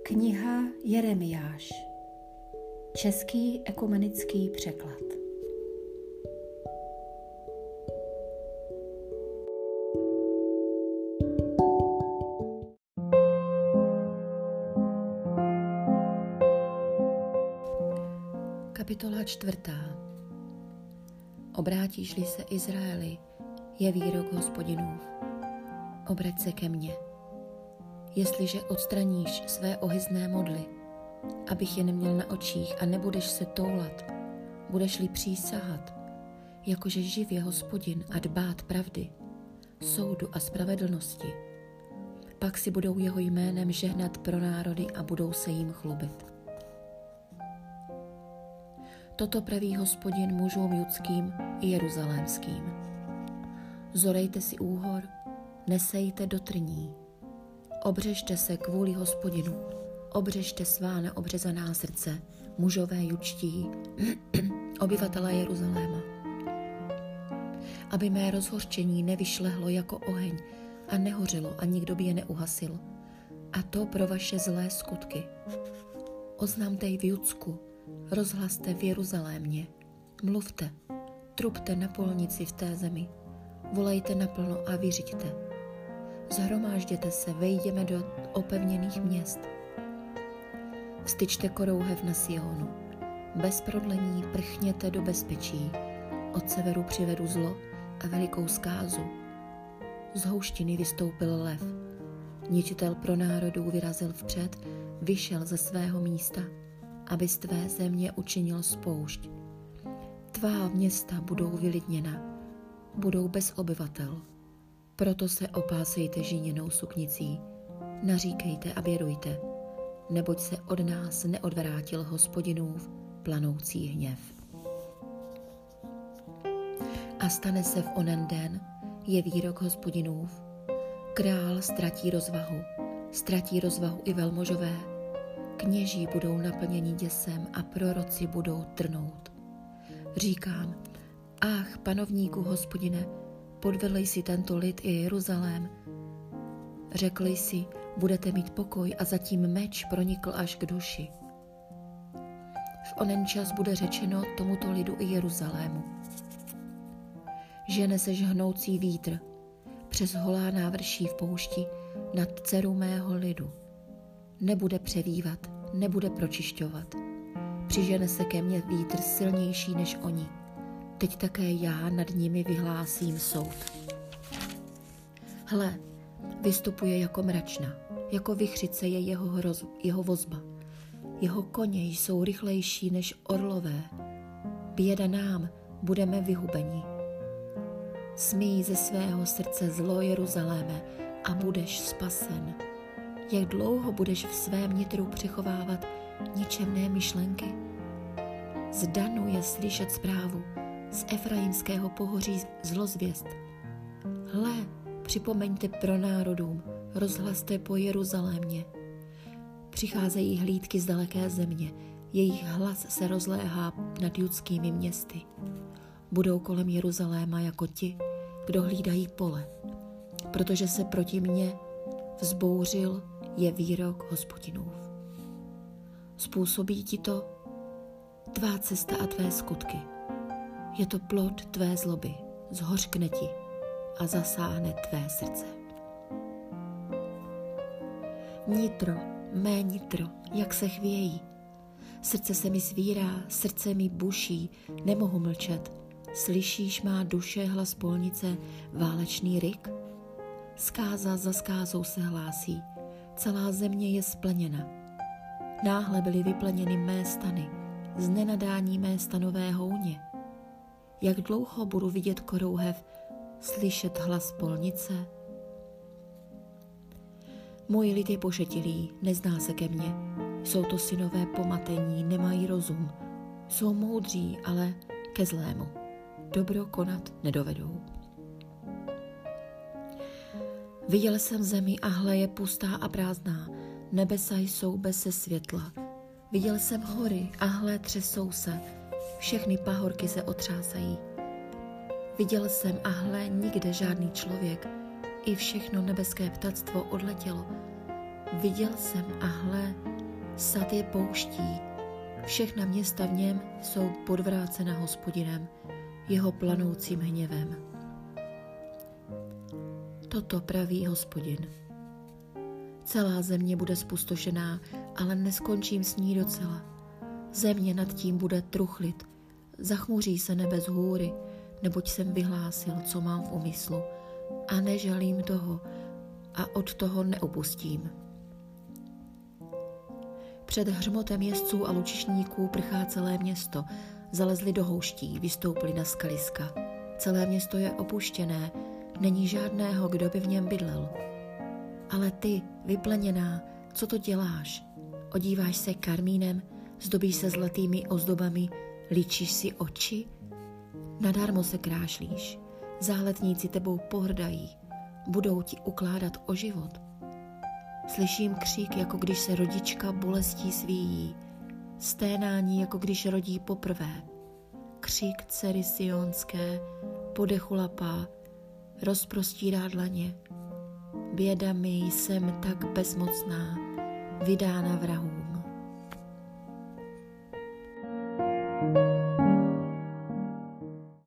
Kniha Jeremiáš. Český ekumenický překlad. Kapitola 4. Obrátíš-li se, Izraeli, je výrok Hospodinův. Obrať se ke mně. Jestliže odstraníš své ohyzné modly, abych je neměl na očích a nebudeš se toulat, budeš-li přísahat, jakože živ je Hospodin a dbát pravdy, soudu a spravedlnosti, pak si budou jeho jménem žehnat pro národy a budou se jim chlubit. Toto praví Hospodin mužům judským i jeruzalémským. Zorejte si úhor, nesejte do trní. Obřežte se kvůli Hospodinu, obřežte svá neobřezaná srdce, mužové judští, obyvatelé Jeruzaléma. Aby mé rozhořčení nevyšlehlo jako oheň a nehořelo a nikdo by je neuhasil. A to pro vaše zlé skutky. Oznamte v Judsku, rozhlaste v Jeruzalémě, mluvte, trubte na polnici v té zemi, volejte naplno a vyřiďte. Zhromážděte se, vejdeme do opevněných měst. Vstyčte korouhev na Sionu. Bez prodlení prchněte do bezpečí. Od severu přivedu zlo a velikou zkázu. Z houštiny vystoupil lev. Ničitel pro národů vyrazil vpřed, vyšel ze svého místa, aby z tvé země učinil spoušť. Tvá města budou vylidněna, budou bez obyvatel. Proto se opásejte žíněnou suknicí, naříkejte a běrujte, neboť se od nás neodvrátil Hospodinův planoucí hněv. A stane se v onen den, je výrok Hospodinův, král ztratí rozvahu i velmožové, kněží budou naplněni děsem a proroci budou trnout. Říkám, ach, panovníku Hospodine, podvedl jsi tento lid i Jeruzalém. Řekl jsi, budete mít pokoj a zatím meč pronikl až k duši. V onen čas bude řečeno tomuto lidu i Jeruzalému. Žene se žhnoucí vítr, přes holá návrší v poušti nad dceru mého lidu. Nebude převívat, nebude pročišťovat. Přižene se ke mně vítr silnější než oni. Teď také já nad nimi vyhlásím soud. Hle, vystupuje jako mračna, jako vichřice je jeho vozba. Jeho koně jsou rychlejší než orlové. Běda nám, budeme vyhubeni. Smij ze svého srdce zlo, Jeruzaléme, a budeš spasen. Jak dlouho budeš v svém nitru přechovávat ničemné myšlenky? Z Danu je slyšet zprávu, z Efraimského pohoří zlozvěst. Hle, připomeňte pro národům, rozhlaste po Jeruzalémě. Přicházejí hlídky z daleké země, jejich hlas se rozléhá nad judskými městy. Budou kolem Jeruzaléma jako ti, kdo hlídají pole, protože se proti mně vzbouřil, je výrok Hospodinův. Způsobí ti to tvá cesta a tvé skutky. Je to plod tvé zloby, zhořkne ti a zasáhne tvé srdce. Nitro, mé nitro, jak se chvějí. Srdce se mi svírá, srdce mi buší, nemohu mlčet. Slyšíš má duše hlas polnice, válečný ryk? Zkáza za skázou se hlásí, celá země je splněna. Náhle byly vyplněny mé stany, z nenadání mé stanové houně. Jak dlouho budu vidět korouhev, slyšet hlas polnice? Můj lid je pošetilý, nezná se ke mně. Jsou to synové pomatení, nemají rozum. Jsou moudří, ale ke zlému. Dobro konat nedovedou. Viděl jsem zemi a hle je pustá a prázdná. Nebesa jsou bez světla. Viděl jsem hory a hle třesou se. Všechny pahorky se otřásají. Viděl jsem a hle nikde žádný člověk. I všechno nebeské ptactvo odletělo. Viděl jsem a hle, Sad je pouští, všechna města v něm jsou podvrácena Hospodinem, jeho planoucím hněvem. Toto praví Hospodin. Celá země bude zpustošená, ale neskončím s ní docela. Země nad tím bude truchlit, zachmuří se nebe z hůry, neboť jsem vyhlásil, co mám v úmyslu, a nežalím toho a od toho neupustím. Před hřmotem jezdců a lučišníků prchá celé město, zalezli do houští, vystoupili na skaliska. Celé město je opuštěné, není žádného, kdo by v něm bydlel. Ale ty, vypleněná, co to děláš? Odíváš se karmínem, zdobíš se zlatými ozdobami, líčíš si oči? Nadarmo se krášlíš, záletníci tebou pohrdají, budou ti ukládat o život. Slyším křik, jako když se rodička bolestí svíjí, sténání, jako když rodí poprvé. Křik dcery sionské, po dechu lapá, rozprostírá dlaně. Běda mi, jsem tak bezmocná, vydána vrahům.